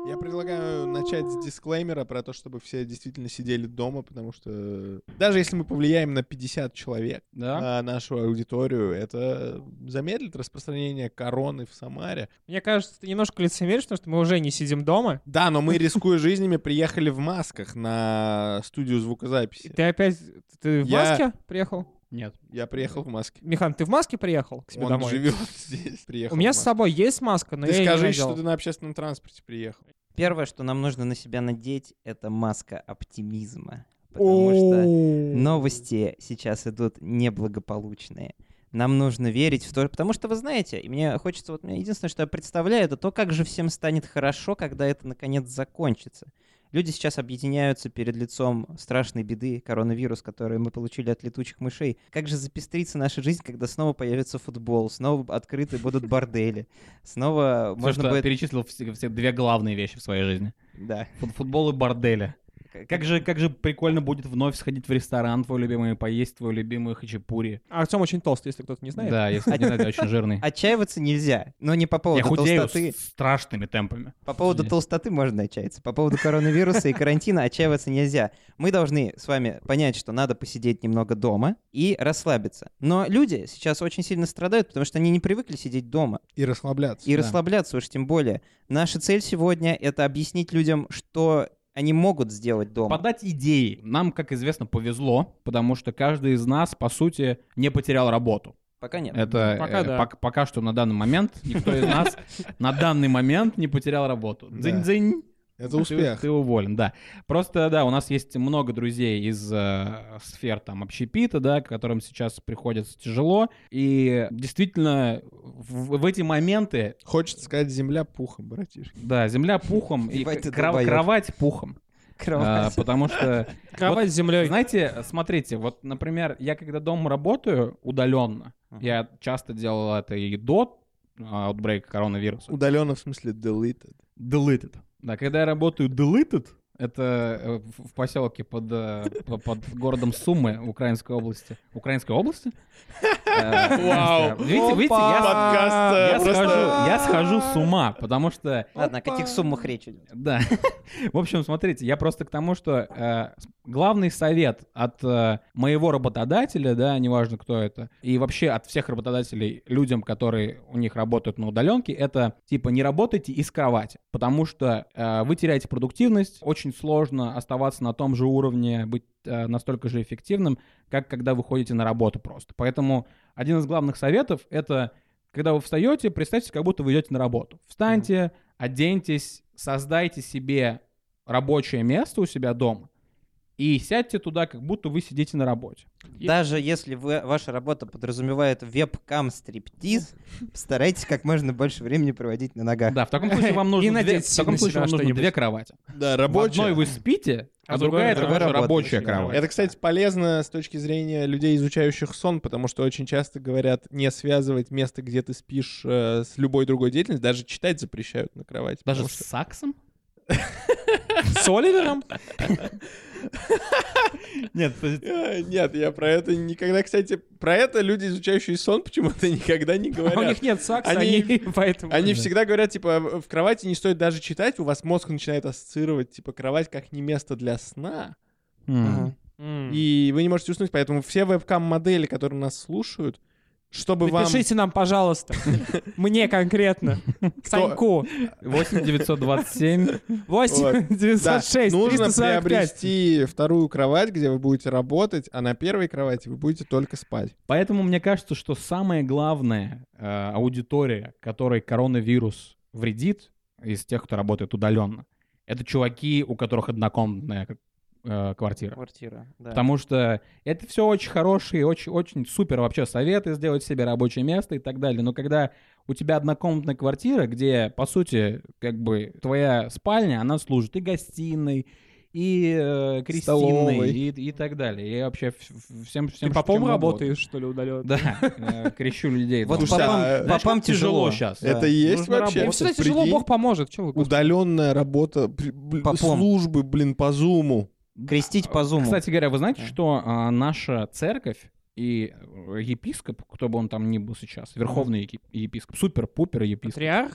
Я предлагаю начать с дисклеймера про то, чтобы все действительно сидели дома, потому что даже если мы повлияем на 50 человек, на нашу аудиторию, это замедлит распространение короны в Самаре. Мне кажется, ты немножко лицемеришь, потому что мы уже не сидим дома. Да, но мы, рискуя жизнями, приехали в масках на студию звукозаписи. Ты опять... Ты в маске приехал? Нет. Я приехал в маске. Михан, ты в маске приехал к себе Он домой? живет здесь. Приехал У меня с собой есть маска, но ты я ее не скажи, надел. что ты на общественном транспорте приехал. Первое, что нам нужно на себя надеть, это маска оптимизма. Потому что новости сейчас идут неблагополучные. Нам нужно верить в то, потому что, вы знаете, и мне хочется, вот единственное, что я представляю, это то, как же всем станет хорошо, когда это наконец закончится. Люди сейчас объединяются перед лицом страшной беды, коронавирус, который мы получили от летучих мышей. Как же запестрится наша жизнь, когда снова появится футбол, снова открыты будут бордели, снова можно будет... перечислил все две главные вещи в своей жизни. Да. Футбол и бордели. Как же прикольно будет вновь сходить в ресторан твой любимый, поесть твою любимую хачапури. Артем очень толстый, если кто-то не знает. Да, если не знаю, очень жирный. Отчаиваться нельзя, но не по поводу Я худею толстоты. страшными темпами. По поводу толстоты можно отчаяться. По поводу коронавируса и карантина отчаиваться нельзя. Мы должны с вами понять, что надо посидеть немного дома и расслабиться. Но люди сейчас очень сильно страдают, потому что они не привыкли сидеть дома. И расслабляться. И расслабляться уж тем более. Наша цель сегодня — это объяснить людям, что они могут сделать дома. Подать идеи. Нам, как известно, повезло, потому что каждый из нас, по сути, не потерял работу. Пока нет. Это пока что на данный момент никто из нас на данный момент не потерял работу. Дзынь-дзынь. Это успех. Ты уволен, да. Просто, да, у нас есть много друзей из сфер там общепита, да, которым сейчас приходится тяжело. И действительно, в эти моменты... Хочется сказать, земля пухом, братишки. Да, земля пухом и кровать пухом. Кровать. Потому что... Кровать с землей. Знаете, смотрите, вот, например, я когда дома работаю удаленно, я часто делал это и до аутбрейка коронавируса. Удаленно в смысле deleted. Да, когда я работаю deleted, это в поселке под городом Сумы Украинской области. Украинской области? Вау! Видите, я схожу с ума, потому что... Ладно, о каких суммах речь идет? Да. В общем, смотрите, я просто к тому, что главный совет от моего работодателя, да, неважно кто это, и вообще от всех работодателей людям, которые у них работают на удаленке, это типа не работайте из кровати, потому что вы теряете продуктивность, очень сложно оставаться на том же уровне, быть настолько же эффективным, как когда вы ходите на работу просто. Поэтому один из главных советов — это, когда вы встаете, представьте, как будто вы идете на работу. Встаньте, оденьтесь, создайте себе рабочее место у себя дома и сядьте туда, как будто вы сидите на работе. Даже если ваша работа подразумевает вебкам-стриптиз, старайтесь как можно больше времени проводить на ногах. Да, в таком случае вам нужно две кровати. Да, В одной вы спите, а другая — это ваша рабочая кровать. Это, кстати, полезно с точки зрения людей, изучающих сон, потому что очень часто говорят не связывать место, где ты спишь, с любой другой деятельностью. Даже читать запрещают на кровати. Даже с саксом? С Оливером? Нет, я про это никогда, кстати, про это люди, изучающие сон, почему-то никогда не говорят. У них нет сакса, они поэтому... Они всегда говорят, типа, в кровати не стоит даже читать, у вас мозг начинает ассоциировать, типа, кровать как не место для сна. И вы не можете уснуть, поэтому все вебкам-модели, которые нас слушают, чтобы напишите нам, пожалуйста. Мне конкретно. Саньку. 8927. 8906. Нужно приобрести вторую кровать, где вы будете работать, а на первой кровати вы будете только спать. Поэтому мне кажется, что самая главная аудитория, которой коронавирус вредит, из тех, кто работает удаленно, это чуваки, у которых однокомнатная квартира. Да. Потому что это все очень хорошие, очень супер вообще советы сделать себе рабочее место и так далее. Но когда у тебя однокомнатная квартира, где, по сути, как бы твоя спальня, она служит и гостиной, и крестиной, и так далее. И вообще всем ты попом работаешь, что ли, удаленно? Да, крещу людей. Вот попам тяжело сейчас. Это и есть вообще? Им всегда тяжело, Бог поможет. Удаленная работа, службы, по зуму. Крестить по зуму. Кстати говоря, вы знаете, что наша церковь и епископ, кто бы он там ни был сейчас, верховный епископ, супер-пупер епископ.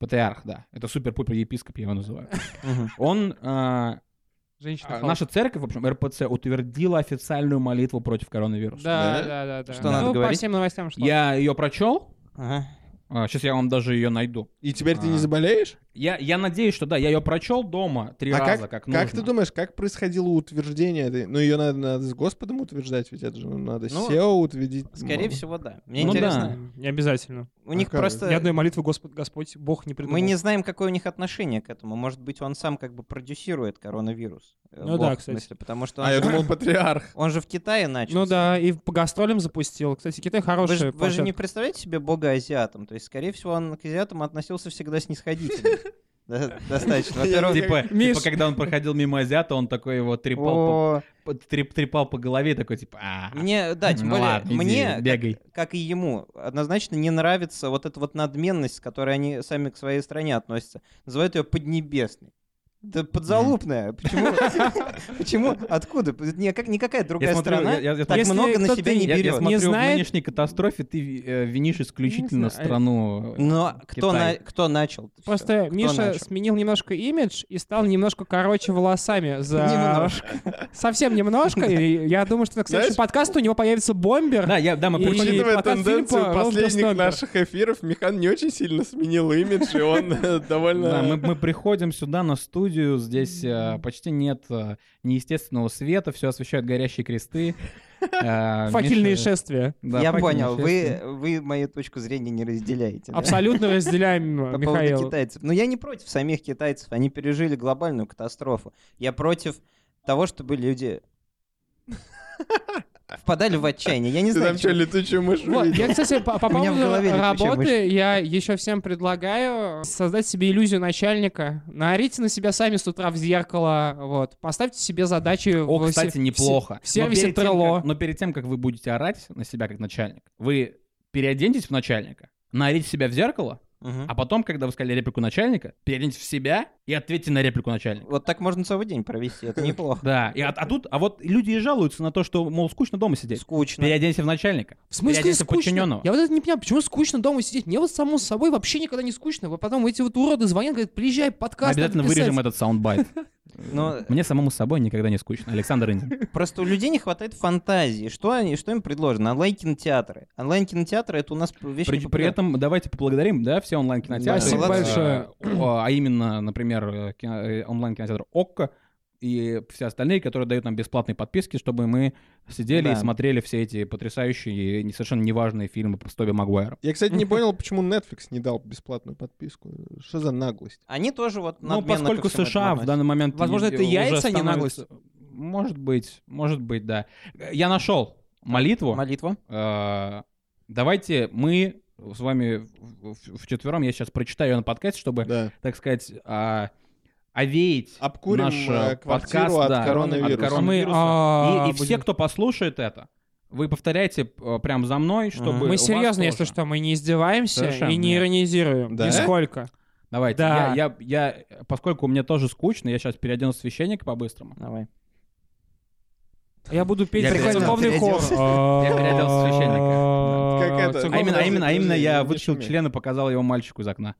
Патриарх, да. Это супер-пупер епископ, я его называю. Он... Наша церковь, в общем, РПЦ, утвердила официальную молитву против коронавируса. Да. Что надо говорить? По всем новостям, что... Я ее прочел. Ага. Сейчас я вам даже ее найду. И теперь ты не заболеешь? Я надеюсь, что да. Я ее прочел дома 3 раза, как нужно. Как ты думаешь, как происходило утверждение этой? Ну, ее надо с Господом утверждать, ведь это же надо SEO утвердить. Скорее всего, да. Мне интересно. Не обязательно. У них просто... Ни одной молитвы Господь, Бог не придумал. Мы не знаем, какое у них отношение к этому. Может быть, он сам как бы продюсирует коронавирус. Ну да, кстати. В смысле, потому что Я думал, патриарх. он же в Китае начал. Ну да, и по гастролям запустил. Кстати, Китай хороший. Вы же не представляете себе бога азиатом. То есть, скорее всего, он к азиатам относился всегда снисходительно. Достаточно. Во-первых, Типа, когда он проходил мимо азиата, он такой его трепал по голове, такой, типа, мне, да, тем более, ладно, мне, бегай. как и ему, однозначно не нравится вот эта вот надменность, с которой они сами к своей стране относятся. Называют ее Поднебесной. Да подзалупная. Почему? Откуда? Никакая другая страна так много на себя не берет. Я смотрю, в нынешней катастрофе ты винишь исключительно страну. Но кто начал? Просто Миша сменил немножко имидж и стал немножко короче волосами. Немножко. Совсем немножко. И я думаю, что к следующему подкасту у него появится бомбер. Да, мы Учитывая тенденцию последних наших эфиров, Михан не очень сильно сменил имидж, и он довольно... Да, мы приходим сюда на студию, здесь почти нет неестественного света, все освещают горящие кресты. Факельные шествия. Я понял, вы мою точку зрения не разделяете. Абсолютно разделяем, По Михаил. поводу китайцев. Но я не против самих китайцев, они пережили глобальную катастрофу. Я против того, чтобы люди впадали в отчаяние. Я не знаю. Ты там что, летучую мышь увидел? Я, кстати, по поводу работы, я еще всем предлагаю создать себе иллюзию начальника. Наорите на себя сами с утра в зеркало. Вот. Поставьте себе задачи кстати, неплохо. В сервисе Trello. Но перед тем, как вы будете орать на себя как начальник, вы переоденьтесь в начальника, наорите себя в зеркало, а потом, когда вы сказали реплику начальника, переоденьтесь в себя и ответьте на реплику начальника. Вот так можно целый день провести, это неплохо. Да, а вот люди и жалуются на то, что, мол, скучно дома сидеть. Скучно. Переоденься в начальника. В смысле переоденься скучно? в подчиненного. Я вот это не понимаю, почему скучно дома сидеть? Мне вот само собой вообще никогда не скучно. Вы потом эти вот уроды звонят, говорят, приезжай, подкаст. Обязательно вырежем этот саундбайт. Мне самому с собой никогда не скучно. Александр Индин. Просто у людей не хватает фантазии. Что им предложено? Онлайн-кинотеатры. Онлайн-кинотеатры — это у нас вещь При этом давайте поблагодарим, да, все онлайн-кинотеатры. Спасибо большое. А именно, например, онлайн-кинотеатр ОККО и все остальные, которые дают нам бесплатные подписки, чтобы мы сидели и смотрели все эти потрясающие и совершенно неважные фильмы про Тоби Магуайра. Я, кстати, не понял, почему Netflix не дал бесплатную подписку. Что за наглость? Они тоже вот поскольку США в данный момент... Возможно, это яйца, а не наглость. Может быть, да. Я нашел молитву. Молитва. Давайте мы с вами вчетвером, я сейчас прочитаю ее на подкасте, чтобы, так сказать... овеять наш подкаст от коронавируса. И все, кто послушает это, вы повторяйте прям за мной, чтобы мы серьезно, если что, мы не издеваемся совершенно и не иронизируем. Да? Нисколько. Давайте. Да. Я, поскольку мне тоже скучно, я сейчас переодену священника по-быстрому. Давай. Я буду петь церковный хор. Я переоделся священника. Как это? А именно я вытащил член и показал его мальчику из окна.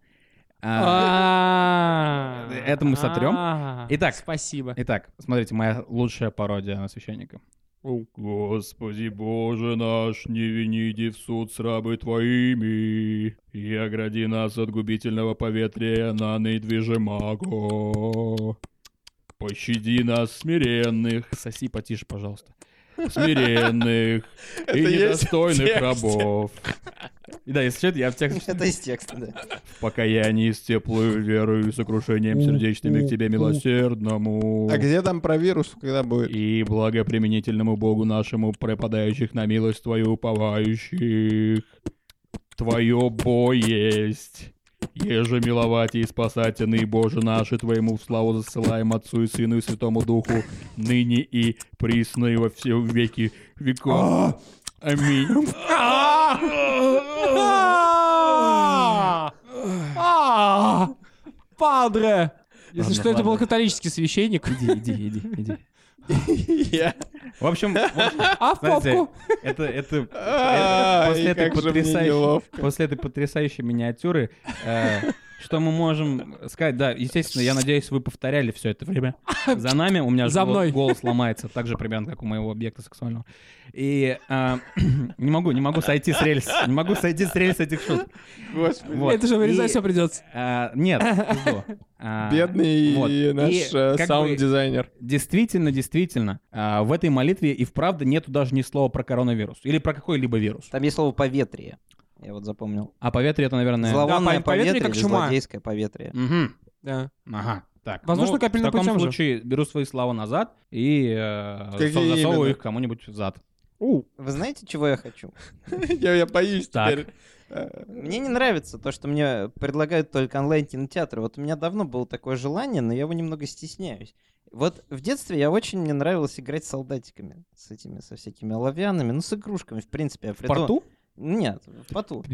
Это мы сотрем. Итак, спасибо. Итак, смотрите, моя лучшая пародия на священника. Господи Боже наш, не виниди в суд с рабы Твоими, и огради нас от губительного поветрия на недвижимаго. Пощади нас, смиренных. Соси потише, пожалуйста. Смиренных и недостойных рабов. И да, если что, я в тексте... Это из текста, да. В покаянии с теплую верою и сокрушением сердечными к Тебе милосердному. А где там про вирус, когда будет? И благоприменительному Богу нашему, преподающих на милость Твою уповающих. Твое бо есть. Еже миловать и спасательный Боже наши, Твоему в славу засылаем Отцу и Сыну и Святому Духу, ныне и присно и во все веки веков. Аминь. Падре! Если что, это был католический священник. Иди. В общем, а в попку? После этой потрясающей миниатюры, что мы можем сказать? Да, естественно, я надеюсь, вы повторяли все это время за нами. У меня За мной. голос ломается так же примерно, как у моего объекта сексуального. И не могу сойти с рельс. Не могу сойти с рельс этих шуток. Господи. Вот. Это же вырезать все придется. Нет, пизду. Бедный наш как бы саунд-дизайнер. Действительно, в этой молитве и вправду нету даже ни слова про коронавирус. Или про какой-либо вирус. Там есть слово «поветрие». Я вот запомнил. А поветрие это, наверное... Зловонное Да, поветрие поветрие как или чума. злодейское поветрие. Мгм. Да. Ага. Так, Воздушно-капельным в таком путем же. случае беру свои слова назад и Какие засовываю именно? их кому-нибудь в зад. Вы знаете, чего я хочу? Я боюсь Так. теперь. Мне не нравится то, что мне предлагают только онлайн-кинотеатры. Вот у меня давно было такое желание, но я его немного стесняюсь. Вот в детстве мне нравилось играть с солдатиками, со всякими оловянными, с игрушками, в принципе. В порту? Нет, в поту.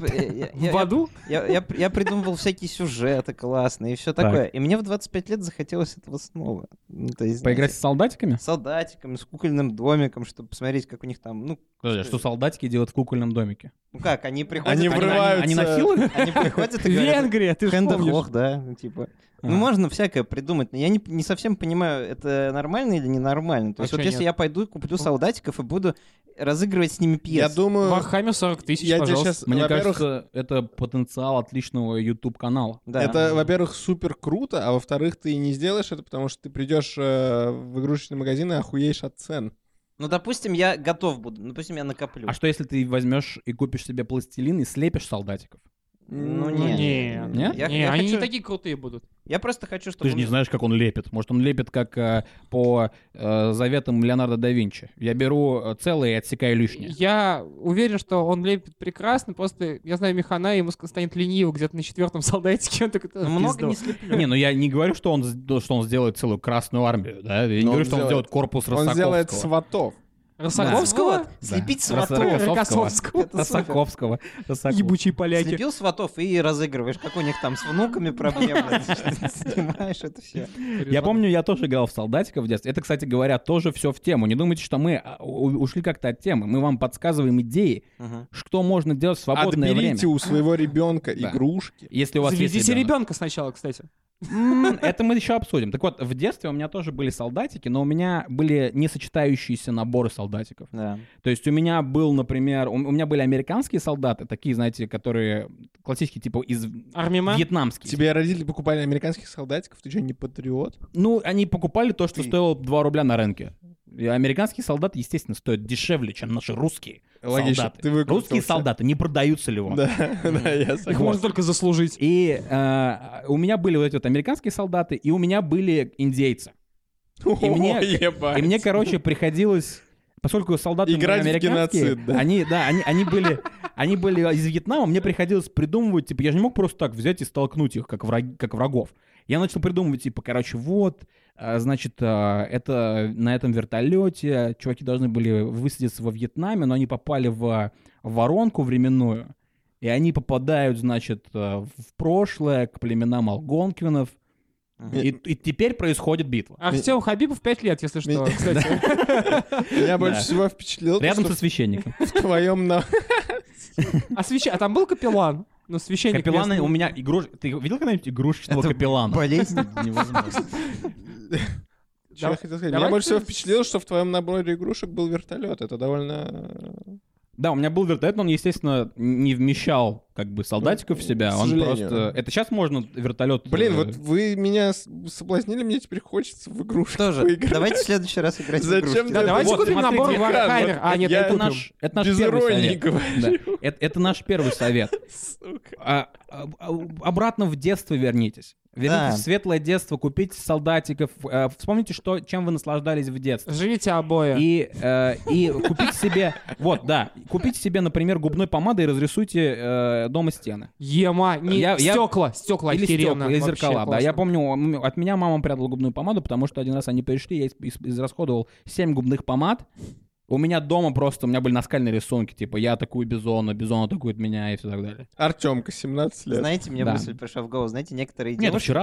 В аду? Я придумывал всякие сюжеты классные и все такое. И мне в 25 лет захотелось этого снова. То есть, Поиграть с солдатиками? с солдатиками, с кукольным домиком, чтобы посмотреть, как у них там, Подожди, что солдатики делают в кукольном домике? как, они приходят... Они врываются. Они насилуют? Они приходят и говорят... Венгрия, ты же Хендерлох, да, типа. Можно всякое придумать, но я не совсем понимаю, это нормально или ненормально. То есть чё вот если нет? я пойду и куплю солдатиков и буду разыгрывать с ними пьесы. Я думаю... Вархаммер 40 тысяч, Я тебе пожалуйста. сейчас, Мне во-первых, кажется, это потенциал отличного YouTube-канала. Да. это, во-первых, супер круто, а во-вторых, ты не сделаешь это, потому что ты придешь в игрушечный магазин и охуеешь от цен. Ну, допустим, я готов буду, допустим, я накоплю. А что если ты возьмешь и купишь себе пластилин и слепишь солдатиков? Ну, Ну, нет. нет. Нет? Я они хочу- не такие крутые будут. Я просто хочу, чтобы... Ты же не знаешь, как он лепит. Может, он лепит как по заветам Леонардо да Винчи. Я беру целое и отсекаю лишнее. Я уверен, что он лепит прекрасно, просто, я знаю Михана, ему станет лениво где-то на 4-м солдатике, он такой, Ну, много не слеплю. Не, ну я не говорю, что он сделает целую Красную Армию, да? Я не Но говорю, он что он сделает- сделает корпус Он Росаковского. сделает сватов. Росаковского? Вот, слепить Да. сватов. Рокоссовского. Это супер. Росаковского. Ебучие поляки. Слепил сватов и разыгрываешь, как у них там с внуками проблемы. Снимаешь это все. Я помню, я тоже играл в солдатиков в детстве. Это, кстати говоря, тоже все в тему. Не думайте, что мы ушли как-то от темы. Мы вам подсказываем идеи, что можно делать в свободное Отберите время. у своего ребенка Да. игрушки. Если у вас есть Заведите ребенок. ребенка сначала, кстати. Это мы еще обсудим. Так вот, в детстве у меня тоже были солдатики, но у меня были несочетающиеся наборы солдатиков. Да. То есть у меня был, например, у меня были американские солдаты, такие, знаете, которые классические, типа из Армима? вьетнамские. Тебе родители покупали американских солдатиков? Ты что, не патриот? Ну, они покупали то, что стоило 2 рубля на рынке. И американские солдаты, естественно, стоят дешевле, чем наши русские Логично, солдаты. ты выкрутился. Русские солдаты не продаются львом. Да, да, я Их согласен. можно только заслужить. И у меня были вот эти вот американские солдаты, и у меня были индейцы. И мне, О, ебать. и мне, короче, приходилось, поскольку солдаты мои Играть в американские, геноцид, да? они были из Вьетнама, мне приходилось придумывать, типа, я же не мог просто так взять и столкнуть их, как врагов. Я начал придумывать, типа, короче, вот, значит, это на этом вертолете чуваки должны были высадиться во Вьетнаме, но они попали в воронку временную, и они попадают, значит, в прошлое, к племенам алгонквинов, и теперь происходит битва. Артем Хабибов 5 лет, если что, кстати. Меня больше всего впечатлило, Рядом что со священником. в твоем... А там был капеллан? Ну, священник Капелланы местный. у меня Ты видел когда-нибудь игрушечного капеллана? Болезнь. Невозможно. Что я хотел сказать? давай Меня больше всего ты- впечатлило, что в твоем наборе игрушек был вертолет. Это довольно... Да, у меня был вертолет, но он, естественно, не вмещал как бы солдатиков в себя. к Он сожалению. просто... Это сейчас можно вертолет... Блин, вот вы меня соблазнили, мне теперь хочется в игрушку Тоже. поиграть. Давайте в следующий раз играть в Зачем игрушки. ты Да, это- давайте Вот, купим смотрите, набор Михан, Warhammer. вот А, нет, я- не купим. Это наш Без первый иронии совет. говорю. Да. Это наш первый совет. Сука. Обратно в детство вернитесь. Вернитесь Да. в светлое детство, купите солдатиков. Вспомните, чем вы наслаждались в детстве. Живите обои. И купите себе, вот, да, купите себе, например, губной помады и разрисуйте дома стены. Ема, не стекла Или охеренно. стекла, или Вообще зеркала, да. классно. Я помню, от меня мама прятала губную помаду, потому что один раз они пришли, я израсходовал 7 губных помад. У меня дома просто, у меня были наскальные рисунки, типа, я атакую бизона, бизон атакует меня и все так далее. Артемка, 17 лет. Знаете, мне Да. мысль пришла в голову. Знаете, некоторые Нет, это девушки... вчера было.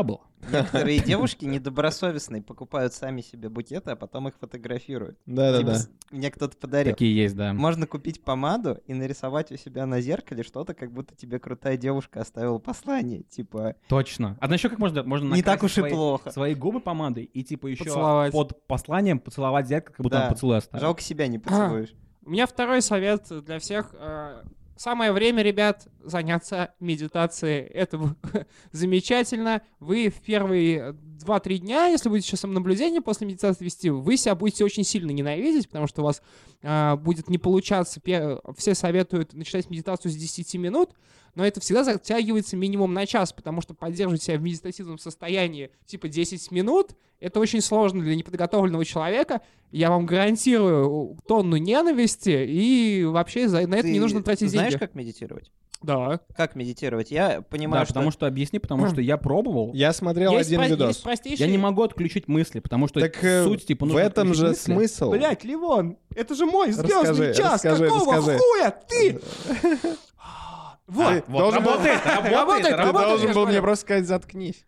Некоторые девушки недобросовестные покупают сами себе букеты, а потом их фотографируют. Да. Мне кто-то подарил. Такие есть, да. Можно купить помаду и нарисовать у себя на зеркале что-то, как будто тебе крутая девушка оставила послание. Типа... Точно. А еще как можно не так уж и плохо. Свои губы помадой и типа еще Поцеловать. под посланием поцеловать зеркало, как будто он поцелуй оставил. Жалко себя не поцелуешь. У меня второй совет для всех. Самое время, ребят, заняться медитацией. Это замечательно. Вы в первые 2-3 дня, если будете сейчас самонаблюдение после медитации вести, вы себя будете очень сильно ненавидеть, потому что у вас будет не получаться. Все советуют начинать медитацию с 10 минут, но это всегда затягивается минимум на час, потому что поддерживать себя в медитативном состоянии типа 10 минут — это очень сложно для неподготовленного человека. Я вам гарантирую тонну ненависти, и вообще на это не нужно тратить деньги. Знаешь, как медитировать? Да. Как медитировать? Я понимаю, потому что объясни, потому что я пробовал. Я смотрел один видос. Я не могу отключить мысли, потому что суть типа в этом же смысл. Блять, Ливон, это же мой звездный час. Какого хуя ты? Вот, работает. Ты должен был мне просто сказать «заткнись».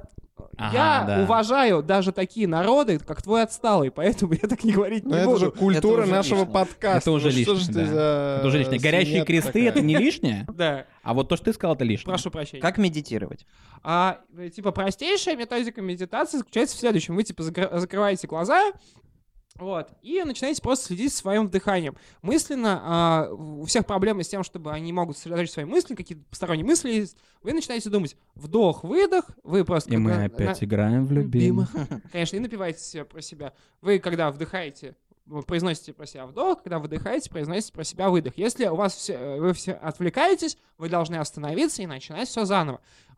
Я уважаю даже такие народы, как твой отсталый, поэтому я так не говорить не буду. Это же культура нашего подкаста. Это уже лишнее, да. Это уже лишнее. Горящие кресты — это не лишнее? Да. А вот то, что ты сказал, это лишнее. Прошу прощения. Как медитировать? Типа простейшая методика медитации заключается в следующем. Вы типа закрываете глаза, вот, и начинаете просто следить за своим дыханием. Мысленно, у всех проблемы с тем, чтобы они могут сосредоточить свои мысли, какие-то посторонние мысли есть. Вы начинаете думать вдох-выдох, вы просто... И мы опять играем в любимых. Конечно, и напиваете себе про себя. Вы, когда вдыхаете, вы произносите про себя вдох, когда выдыхаете, произносите про себя выдох. Если у вас вы все отвлекаетесь, вы должны остановиться и начинать все заново.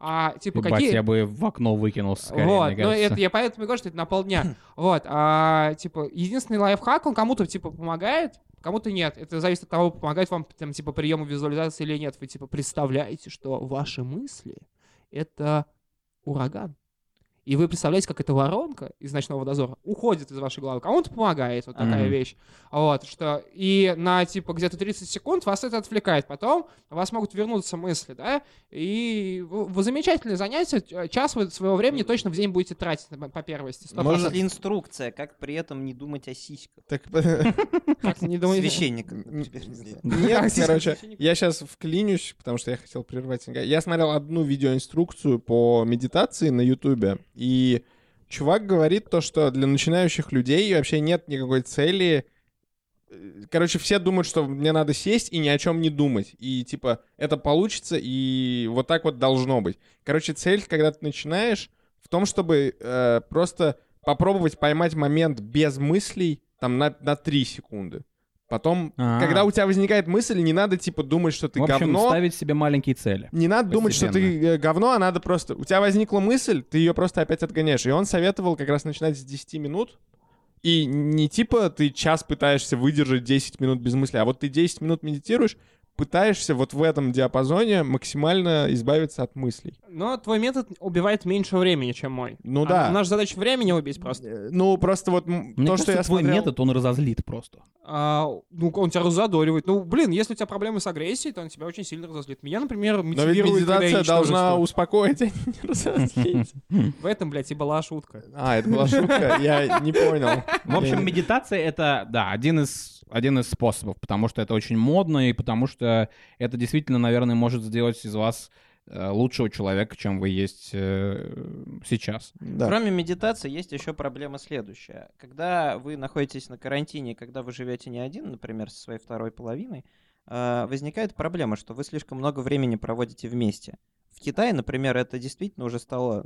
Я бы в окно выкинул скорее, вот, мне кажется. Но я поэтому и говорю, что это на полдня. Вот, единственный лайфхак, он кому-то, помогает, кому-то нет. Это зависит от того, помогает вам, приему визуализации или нет. Вы, представляете, что ваши мысли — это ураган. И вы представляете, как эта воронка из «Ночного дозора» уходит из вашей головы. Кому-то помогает вот такая вещь. Вот, что и на, где-то 30 секунд вас это отвлекает. Потом у вас могут вернуться мысли, да? И вы замечательное занятие. Час своего времени точно в день будете тратить по первости. 100%. Может ли инструкция, как при этом не думать о сиськах? Как не думать? Священник. Нет, короче, я сейчас вклинюсь, потому что я хотел прервать. Я смотрел одну видеоинструкцию по медитации на Ютубе. И чувак говорит то, что для начинающих людей вообще нет никакой цели. Короче, все думают, что мне надо сесть и ни о чем не думать. И это получится, и вот так вот должно быть. Короче, цель, когда ты начинаешь, в том, чтобы просто попробовать поймать момент без мыслей на 3 секунды. Потом, когда у тебя возникает мысль, не надо, думать, что ты говно. В общем, ставить себе маленькие цели. Не надо думать, что ты говно, а надо просто... У тебя возникла мысль, ты ее просто опять отгоняешь. И он советовал как раз начинать с 10 минут. И не ты час пытаешься выдержать 10 минут без мысли, а вот ты 10 минут медитируешь, пытаешься вот в этом диапазоне максимально избавиться от мыслей. Но твой метод убивает меньше времени, чем мой. Ну да. Наша задача времени убить просто. Ну просто вот Мне кажется, что я твой смотрел... метод, он разозлит просто. Он тебя раззадоривает. Если у тебя проблемы с агрессией, то он тебя очень сильно разозлит. Меня, например, мотивирует... Но ведь медитация должна успокоить, а не разозлить. В этом, блядь, и была шутка. Это была шутка? Я не понял. В общем, медитация — это, да, один из способов, потому что это очень модно, и потому что это действительно, наверное, может сделать из вас лучшего человека, чем вы есть сейчас. Да. Кроме медитации есть еще проблема следующая. Когда вы находитесь на карантине, когда вы живете не один, например, со своей второй половиной, возникает проблема, что вы слишком много времени проводите вместе. В Китае, например, это действительно уже стало,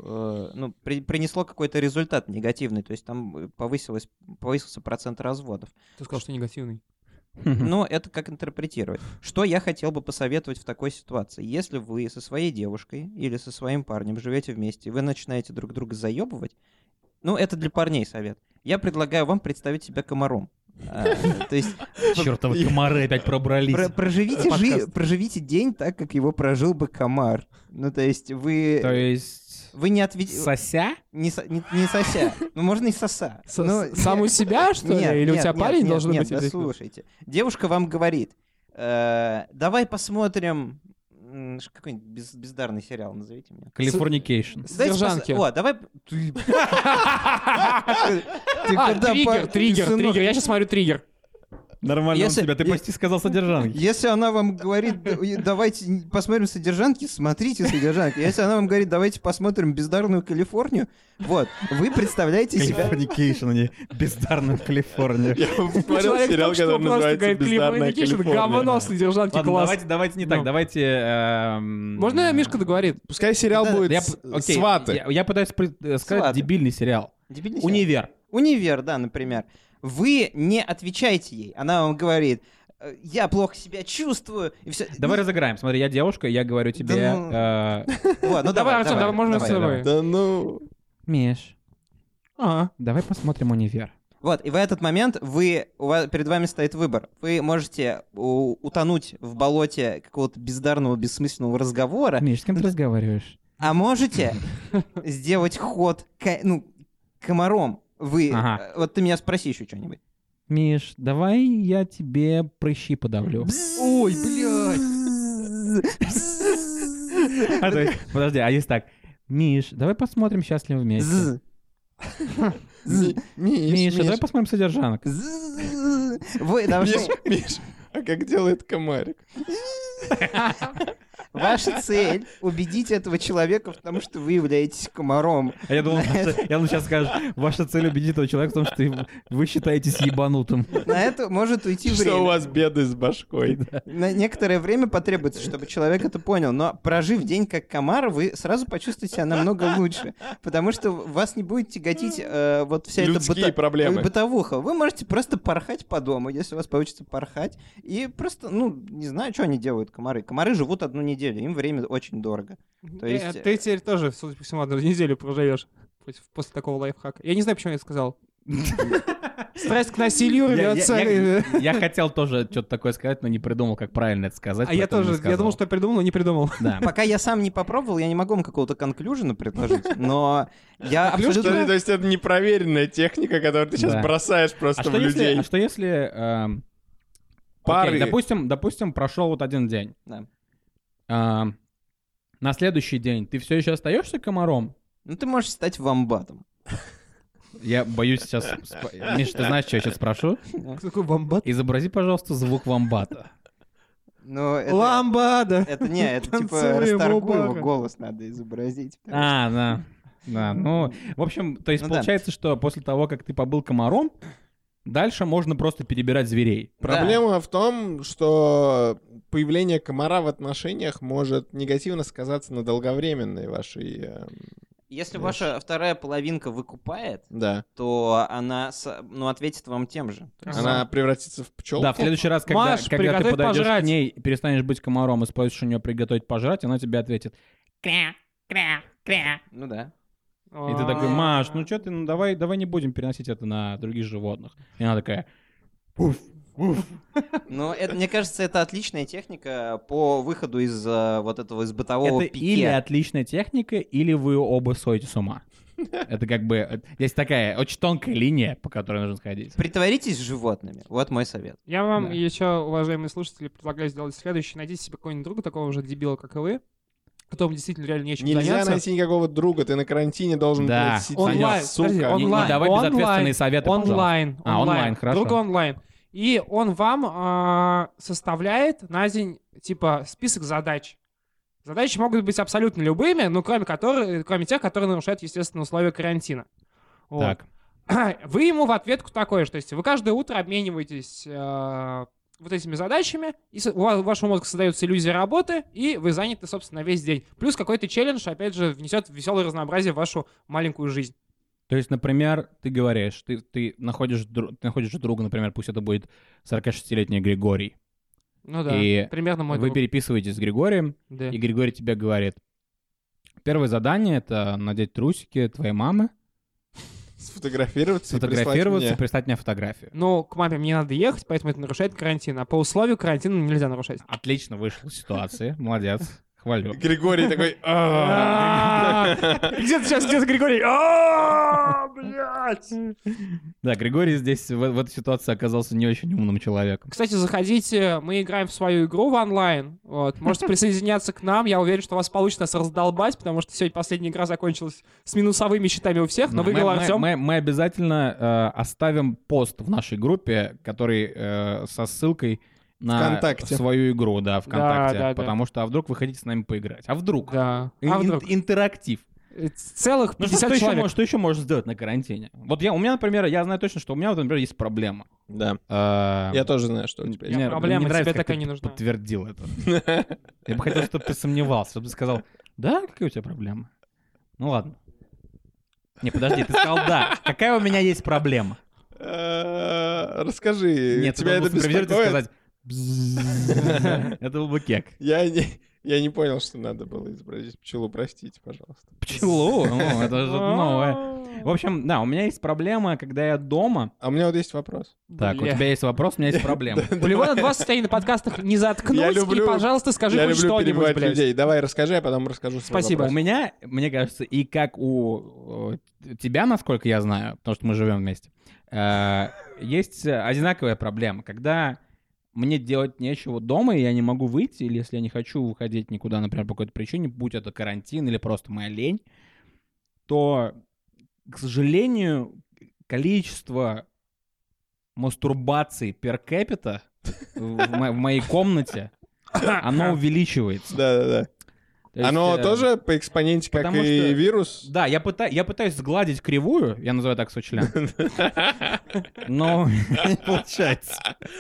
принесло какой-то результат негативный, то есть там повысился процент разводов. Ты сказал, что негативный. Но это как интерпретировать. Что я хотел бы посоветовать в такой ситуации? Если вы со своей девушкой или со своим парнем живете вместе, и вы начинаете друг друга заебывать, это для парней совет. Я предлагаю вам представить себя комаром. То есть... Чёртовы комары опять пробрались. Проживите день так, как его прожил бы комар. То есть вы... Вы не ответите... Сося? Не сося. Можно и соса. Сам у себя, что ли? Или у тебя парень должен быть? Нет, слушайте. Девушка вам говорит, давай посмотрим какой-нибудь бездарный сериал, назовите мне. Калифорникейшн. Содержанки. О, давай... Триггер. Я сейчас смотрю «Триггер». Нормально он тебя, ты почти сказал содержанки. Если она вам говорит, давайте посмотрим содержанки, смотрите содержанки. Если она вам говорит, давайте посмотрим бездарную Калифорнию, вот, вы представляете себя... Калифорникейшн, а не бездарную Калифорнию. Я посмотрел сериал, который называется «Бездарная Калифорния». Говно содержанки, класс. Давайте не так, давайте... Можно Мишка договорит? Пускай сериал будет «Сваты». Я пытаюсь сказать дебильный сериал. «Универ». «Универ», да, например. Вы не отвечаете ей. Она вам говорит, я плохо себя чувствую. И все. Давай разыграем. Смотри, я девушка, я говорю тебе... Ну давай, Артем, давай, можно с тобой. Да ну... Миш, давай посмотрим «Универ». Вот, и в этот момент перед вами стоит выбор. Вы можете утонуть в болоте какого-то бездарного, бессмысленного разговора. Миш, с кем ты разговариваешь? А можете сделать ход комаром. Вот ты меня спроси еще что-нибудь. Миш, давай я тебе прыщи подавлю. Ой, блядь. Подожди, а есть так. Миш, давай посмотрим «Счастливы вместе». Миша, давай посмотрим «Содержанок». Миш, а как делает комарик? Ваша цель — убедить этого человека в том, что вы являетесь комаром. Я думал, сейчас скажешь, ваша цель — убедить этого человека в том, что вы считаетесь ебанутым. На это может уйти время. Что у вас беды с башкой. На некоторое время потребуется, чтобы человек это понял. Но прожив день как комар, вы сразу почувствуете себя намного лучше. Потому что вас не будет тяготить вот вся эта бытовуха. Вы можете просто порхать по дому, если у вас получится порхать. И просто, не знаю, что они делают, комары. Комары живут одну неделю. Им время очень дорого. То есть... Ты теперь тоже, судя по всему, одну неделю проживешь после такого лайфхака. Я не знаю, почему я это сказал. Страсть к насилию рвется. Я хотел тоже что-то такое сказать, но не придумал, как правильно это сказать. А я тоже. Я думал, что я придумал, но не придумал. Пока я сам не попробовал, я не могу вам какого-то конклюжена предложить, но я абсолютно... То есть это непроверенная техника, которую ты сейчас бросаешь просто в людей. А что если... Пары... Допустим, прошел вот один день. На следующий день ты все еще остаешься комаром? Ты можешь стать вомбатом. Я боюсь сейчас... Миша, ты знаешь, что я сейчас спрошу? Кто такой вомбат? Изобрази, пожалуйста, звук вомбата. Ламбада! Это типа Расторгуева голос надо изобразить. Да. Ну, в общем, то есть получается, что после того, как ты побыл комаром, дальше можно просто перебирать зверей. Проблема в том, что появление комара в отношениях может негативно сказаться на долговременной вашей... Если ваша вторая половинка выкупает, то она ответит вам тем же. Она превратится в пчелку. Да, в следующий раз, когда ты подойдешь к ней и перестанешь быть комаром и спросишь у нее приготовить пожрать, она тебе ответит «кря, кря, кря». Ну да. И ты такой: Маш, ну что ты, давай не будем переносить это на других животных. И она такая: пуф, пуф. Ну, мне кажется, это отличная техника по выходу из вот этого из бытового пике. Это или отличная техника, или вы оба сойдете с ума. Это как бы... Есть такая очень тонкая линия, по которой нужно сходить. Притворитесь животными. Вот мой совет. Я вам еще, уважаемые слушатели, предлагаю сделать следующее. Найдите себе какого-нибудь друга, такого же дебила, как и вы, которому действительно реально нечем заняться. Нельзя найти никакого друга, ты на карантине должен сидеть, сука. Не давай безответственные советы, онлайн. Онлайн, хорошо. Друг онлайн. И он вам составляет на день, типа, список задач. Задачи могут быть абсолютно любыми, но кроме тех, которые нарушают, естественно, условия карантина. Вот. Так. Вы ему в ответку такое, что есть вы каждое утро обмениваетесь вот этими задачами, и у вашего мозга создается иллюзия работы, и вы заняты, собственно, весь день. Плюс какой-то челлендж, опять же, внесет веселое разнообразие в вашу маленькую жизнь. То есть, например, ты говоришь, ты находишь друга, например, пусть это будет 46-летний Григорий. Ну да, и примерно мой вы друг. Переписываетесь с Григорием, да. И Григорий тебе говорит: первое задание — это надеть трусики твоей мамы, сфотографироваться, прислать мне фотографию. Ну, к маме мне надо ехать, поэтому это нарушает карантин, а по условию карантина нельзя нарушать. Отлично вышел из ситуации, молодец, хвалю. Григорий такой: где-то сейчас Григорий, Да, Григорий здесь в этой ситуации оказался не очень умным человеком. Кстати, заходите, мы играем в свою игру в онлайн. Вот. Можете присоединяться к нам. Я уверен, что у вас получится нас раздолбать, потому что сегодня последняя игра закончилась с минусовыми счетами у всех, но выиграл Артем. Мы обязательно оставим пост в нашей группе, который со ссылкой на ВКонтакте. Свою игру, да, ВКонтакте. Да. Потому что, а вдруг вы хотите с нами поиграть? А вдруг? Да. Интерактив. Целых 50 человек. Что еще можно сделать на карантине? Вот у меня, например, я знаю точно, что у меня, например, есть проблема. Да. Я тоже знаю, что у тебя есть. Проблема тебе как такая ты не нужна. подтвердил это. Я бы хотел, чтобы ты сомневался, чтобы ты сказал, да, какая у тебя проблема? Ну ладно. Не, подожди, ты сказал да. Какая у меня есть проблема? Расскажи. Нет, тебя это беспокоит? Сказать, это был бы кек. Я не понял, что надо было изобразить пчелу, простите, пожалуйста. Пчелу? Это же новое. В общем, да, у меня есть проблема, когда я дома. А у меня вот есть вопрос. Так, у тебя есть вопрос, у меня есть проблема. У Ливона 20 на подкастах не заткнуть, и, пожалуйста, скажи хоть что-нибудь, Я люблю перебивать блядь. людей. Давай расскажи, а потом расскажу свой Спасибо. вопрос. У меня, мне кажется, и как у тебя, насколько я знаю, потому что мы живем вместе, есть одинаковая проблема, когда мне делать нечего дома, и я не могу выйти, или если я не хочу выходить никуда, например, по какой-то причине, будь это карантин или просто моя лень, то, к сожалению, количество мастурбаций per capita в моей комнате, оно увеличивается. Да. Оно тоже по экспоненте, как и вирус? Да, я пытаюсь сгладить кривую, я называю так свой член, но не получается.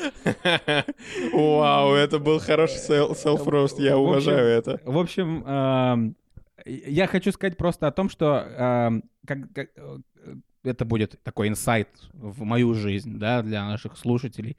Вау, это был хороший self-roast, я уважаю это. В общем, я хочу сказать просто о том, что это будет такой инсайт в мою жизнь, да, для наших слушателей.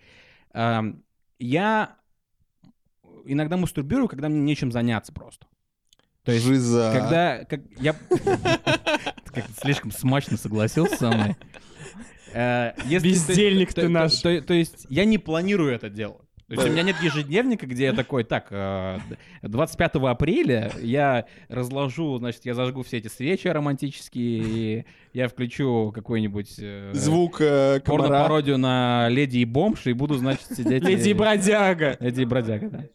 Я иногда мастурбирую, когда мне нечем заняться просто. То есть, Жиза. когда я как-то слишком смачно согласился со мной. Бездельник ты наш. То есть я не планирую это делать. То есть у меня нет ежедневника, где я такой, так, 25 апреля я разложу, значит, я зажгу все эти свечи романтические, и я включу какой-нибудь звук комара. Порно-пародию на «Леди и бомж», и буду, значит, сидеть... Леди и бродяга. Леди и бродяга, да.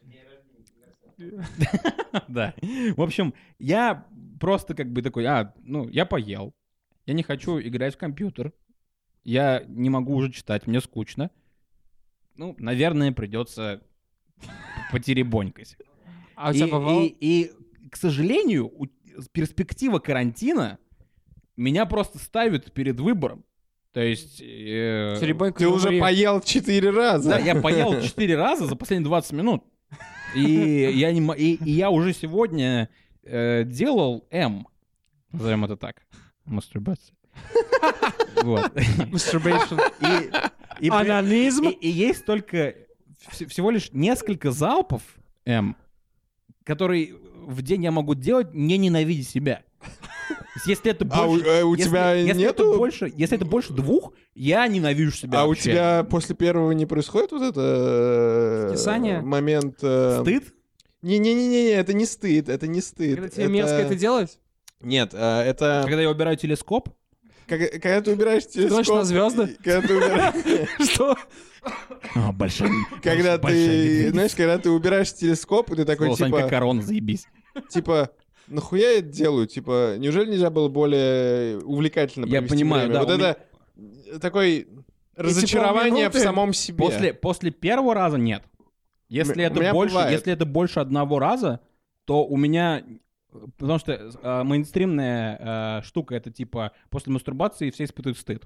Да. В общем, я просто как бы такой, я поел, я не хочу играть в компьютер, я не могу уже читать, мне скучно. Ну, наверное, придется потеребонькать. А у тебя бывало? И, к сожалению, перспектива карантина меня просто ставит перед выбором. То есть... Ты уже поел 4 раза. Да, я поел 4 раза за последние 20 минут. И я уже сегодня делал назовем это так, мастурбация. Вот. Masturbation. Анонизм. И есть только всего лишь несколько залпов которые в день я могу делать, не ненавидя себя. Если это больше, у тебя нету? Если это больше 2, я ненавижу себя. А вообще. У тебя после первого не происходит вот это стесание? Момент... Стыд? Не-не-не, это не стыд, это не стыд. Когда тебе мерзко это делать? Нет, это... Когда я убираю телескоп? Когда ты убираешь телескоп... Точно на звезды? Когда ты убираешь... Что? Большая. Когда ты, знаешь, когда ты убираешь телескоп, и ты такой, типа... Санька корона, заебись. Типа, нахуя я это делаю? Типа, неужели нельзя было более увлекательно провести время? Я понимаю, да. Вот это такое разочарование в самом себе. После первого раза нет. Если это больше одного раза, то у меня... Потому что мейнстримная штука — это типа после мастурбации все испытывают стыд.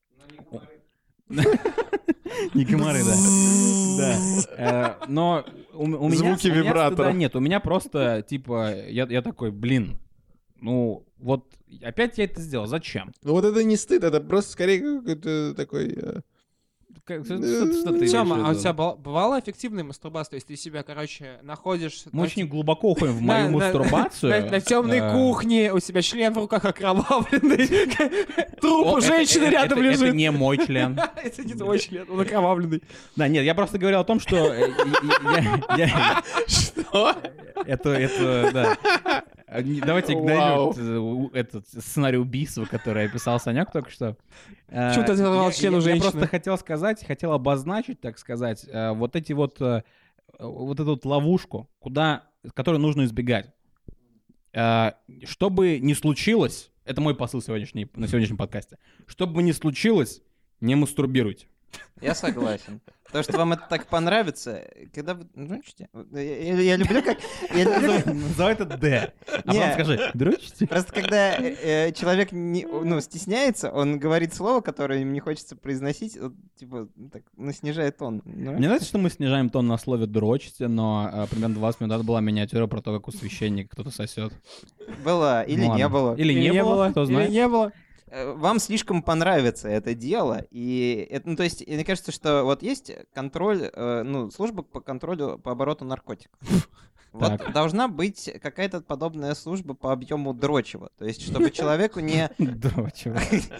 Не комары, да. Но у меня... Звуки вибратора. Нет, у меня просто, типа, я такой, блин, ну вот опять я это сделал, зачем? Ну вот это не стыд, это просто скорее какой-то такой... Что ты Тёма, а у тебя бывала эффективная мастурбация? То есть ты себя, находишь... Мы очень глубоко уходим в мою мастурбацию. На темной кухне, у тебя член в руках окровавленный, труп у женщины рядом лежит. Это не мой член. Это не твой член, он окровавленный. Да, нет, я просто говорил о том, что... Что? Это, да. Давайте игнорируем этот сценарий убийства, который описал Санек только что. Почему ты называл члену женщины? Я просто хотел сказать, хотел обозначить, так сказать, вот эту вот ловушку, которую нужно избегать. Что бы ни случилось, это мой посыл на сегодняшнем подкасте, что бы ни случилось, не мастурбируйте. Я согласен. Потому что вам это так понравится, когда вы дрочите. Я люблю, как... Называй это «Д». А потом скажи «дрочите». Просто когда человек стесняется, он говорит слово, которое им не хочется произносить, типа, снижает тон. Мне нравится, что мы снижаем тон на слове «дрочите», но примерно 20 минут назад была миниатюра про то, как у священника кто-то сосет. Была или не было. Или не было, кто знает. Или не было. Вам слишком понравится это дело, и это, то есть, мне кажется, что вот есть контроль, служба по контролю по обороту наркотиков. Вот должна быть какая-то подобная служба по объему дрочева, то есть, чтобы человеку не... Дрочево.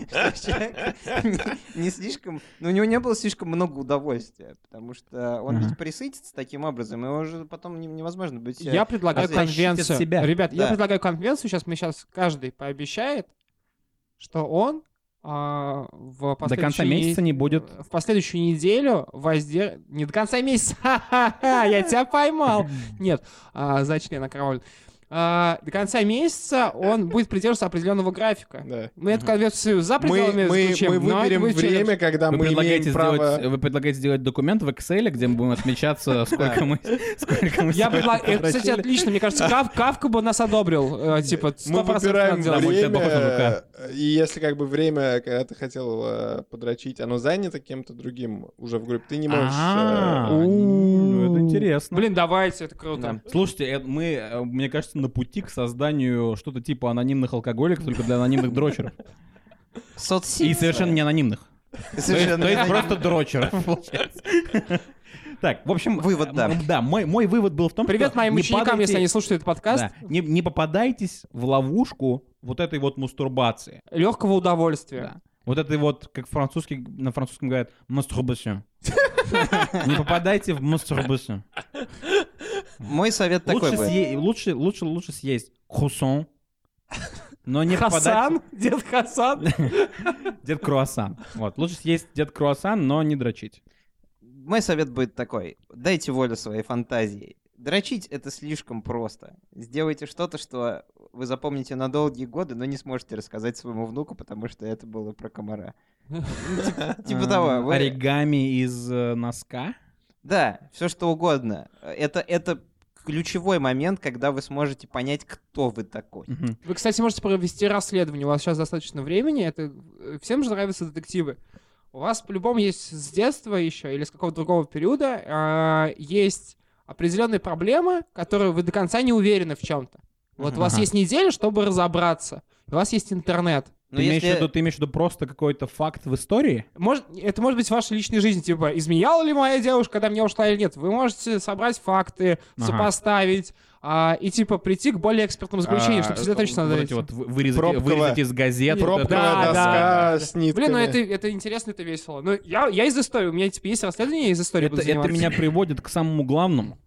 Не слишком... у него не было слишком много удовольствия, потому что он ведь присытится таким образом, и уже потом невозможно быть... Я предлагаю конвенцию. Ребят, я предлагаю конвенцию, сейчас каждый пообещает, что он до конца месяца не будет. В последующую неделю не до конца месяца, я тебя поймал. Нет, за члена кровавлю. До конца месяца он будет придерживаться определенного графика. Да. Мы эту конвенцию за пределами заключим. Мы выберем время, когда мы имеем право... Вы предлагаете сделать документ в Excel, где мы будем отмечаться, сколько мы это, кстати, отлично. Мне кажется, Кавка бы нас одобрил. Типа, 100% мы выбираем время, и если как бы время, когда ты хотел подрочить, оно занято кем-то другим уже в группе, ты не можешь... Это интересно. Блин, давайте, это круто. Слушайте, мне кажется, на пути к созданию что-то типа анонимных алкоголиков, только для анонимных дрочеров. Соцсети. И совершенно не анонимных. То есть просто дрочеров, получается. Так, в общем... Вывод, да. Да, мой вывод был в том, Привет что... моим ученикам, если они слушают этот подкаст. Не попадайтесь в ловушку вот этой вот мастурбации. Легкого удовольствия. Да. Вот это вот, как на французском говорят, мастурбация. Не попадайте в мастурбацию. Мой совет такой бы. Лучше съесть круассан, но не Хасан? Дед Хасан? Дед круассан. Вот, лучше съесть дед круассан, но не дрочить. Мой совет будет такой. Дайте волю своей фантазии. Дрочить — это слишком просто. Сделайте что-то, что вы запомните на долгие годы, но не сможете рассказать своему внуку, потому что это было про комара. Типа того. Оригами из носка? Да, все что угодно. Это ключевой момент, когда вы сможете понять, кто вы такой. Вы, кстати, можете провести расследование. У вас сейчас достаточно времени. Всем же нравятся детективы. У вас по-любому есть с детства еще или с какого-то другого периода есть определенные проблемы, которые вы до конца не уверены в чем-то. Вот у вас есть неделя, чтобы разобраться. У вас есть интернет. Ты имеешь в виду просто какой-то факт в истории? Это может быть в вашей личной жизни, типа, изменяла ли моя девушка, когда меня ушла или нет. Вы можете собрать факты, сопоставить, и, типа, прийти к более экспертному заключению, чтобы всегда точно надо... Вот вырезать из газет. Пробковая доска с нитками. Блин, ну это интересно, это весело. Ну, я из истории, у меня, типа, есть расследование, я из истории буду заниматься. Это меня приводит к самому главному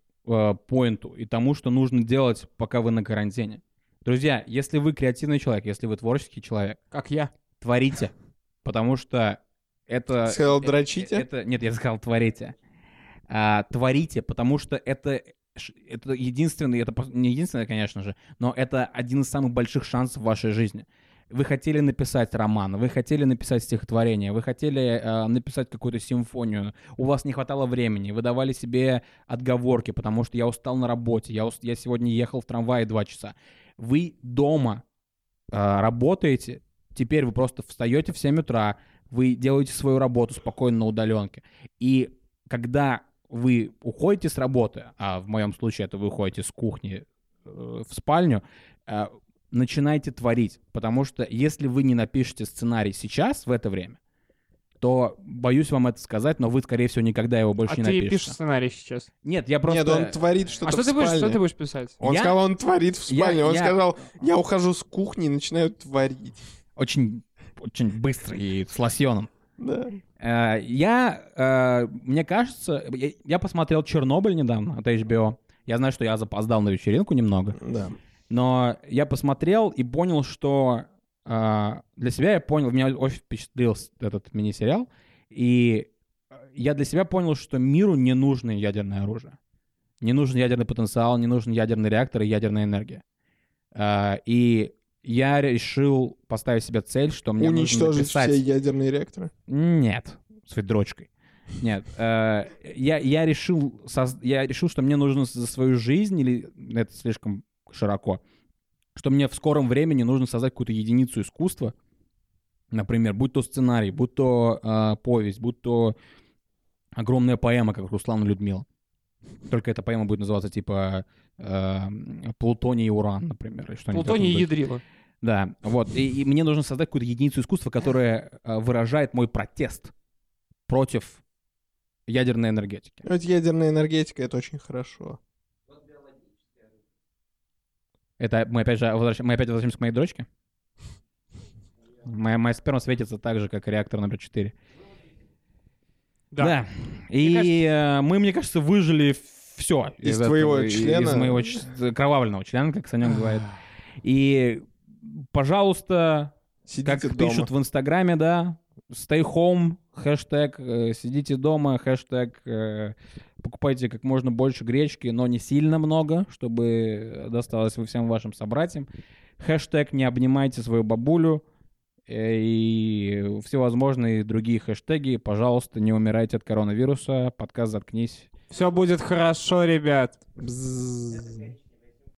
поинту и тому, что нужно делать, пока вы на карантине. Друзья, если вы креативный человек, если вы творческий человек, как я, творите, потому что это... Ты сказал дрочите? Нет, я сказал творите. Творите, потому что это единственный, это не единственное, конечно же, но это один из самых больших шансов в вашей жизни. Вы хотели написать роман, вы хотели написать стихотворение, вы хотели написать какую-то симфонию, у вас не хватало времени, вы давали себе отговорки, потому что я устал на работе, я сегодня ехал в трамвае 2 часа. Вы дома работаете, теперь вы просто встаете в 7 утра, вы делаете свою работу спокойно на удаленке. И когда вы уходите с работы, а в моем случае это вы уходите с кухни в спальню, начинайте творить. Потому что если вы не напишете сценарий сейчас, в это время, то, боюсь вам это сказать, но вы, скорее всего, никогда его больше не напишете. А ты пишешь сценарий сейчас? Нет, я просто... Нет, он творит что-то в спальне. Что ты будешь писать? Он сказал, он творит в спальне. Он сказал, я ухожу с кухни и начинаю творить. Очень, очень быстро и с лосьоном. Да. Мне кажется... Я посмотрел «Чернобыль» недавно от HBO. Я знаю, что я запоздал на вечеринку немного. Да. Но я посмотрел и понял, что для себя я понял, меня очень впечатлил этот мини-сериал, и я для себя понял, что миру не нужно ядерное оружие. Не нужен ядерный потенциал, не нужен ядерный реактор и ядерная энергия. И я решил поставить себе цель, что мне уничтожить нужно написать... все ядерные реакторы? Нет, с дрочкой. Нет, я решил, что мне нужно за свою жизнь, или это слишком широко, что мне в скором времени нужно создать какую-то единицу искусства, например, будь то сценарий, будь то повесть, будь то огромная поэма, как Руслан и Людмила. Только эта поэма будет называться типа «Плутоний и уран», например. «Плутоний и ядрила». Да, вот. И мне нужно создать какую-то единицу искусства, которая выражает мой протест против ядерной энергетики. Ведь ядерная энергетика — это очень хорошо. Это мы опять возвращаемся к моей дрочке? Моя сперма светится так же, как реактор номер 4. Да. И мы, мне кажется, выжили все из твоего члена. Из моего кровавленного члена, как Санек говорит. И, пожалуйста, сидите как дома. пишут в Инстаграме, да, stay home, хэштег, сидите дома, хэштег, покупайте как можно больше гречки, но не сильно много, чтобы досталось всем вашим собратьям. Хэштег, не обнимайте свою бабулю. И всевозможные другие хэштеги. Пожалуйста, не умирайте от коронавируса. Подкаст «Заткнись». Все будет хорошо, ребят. Бззз.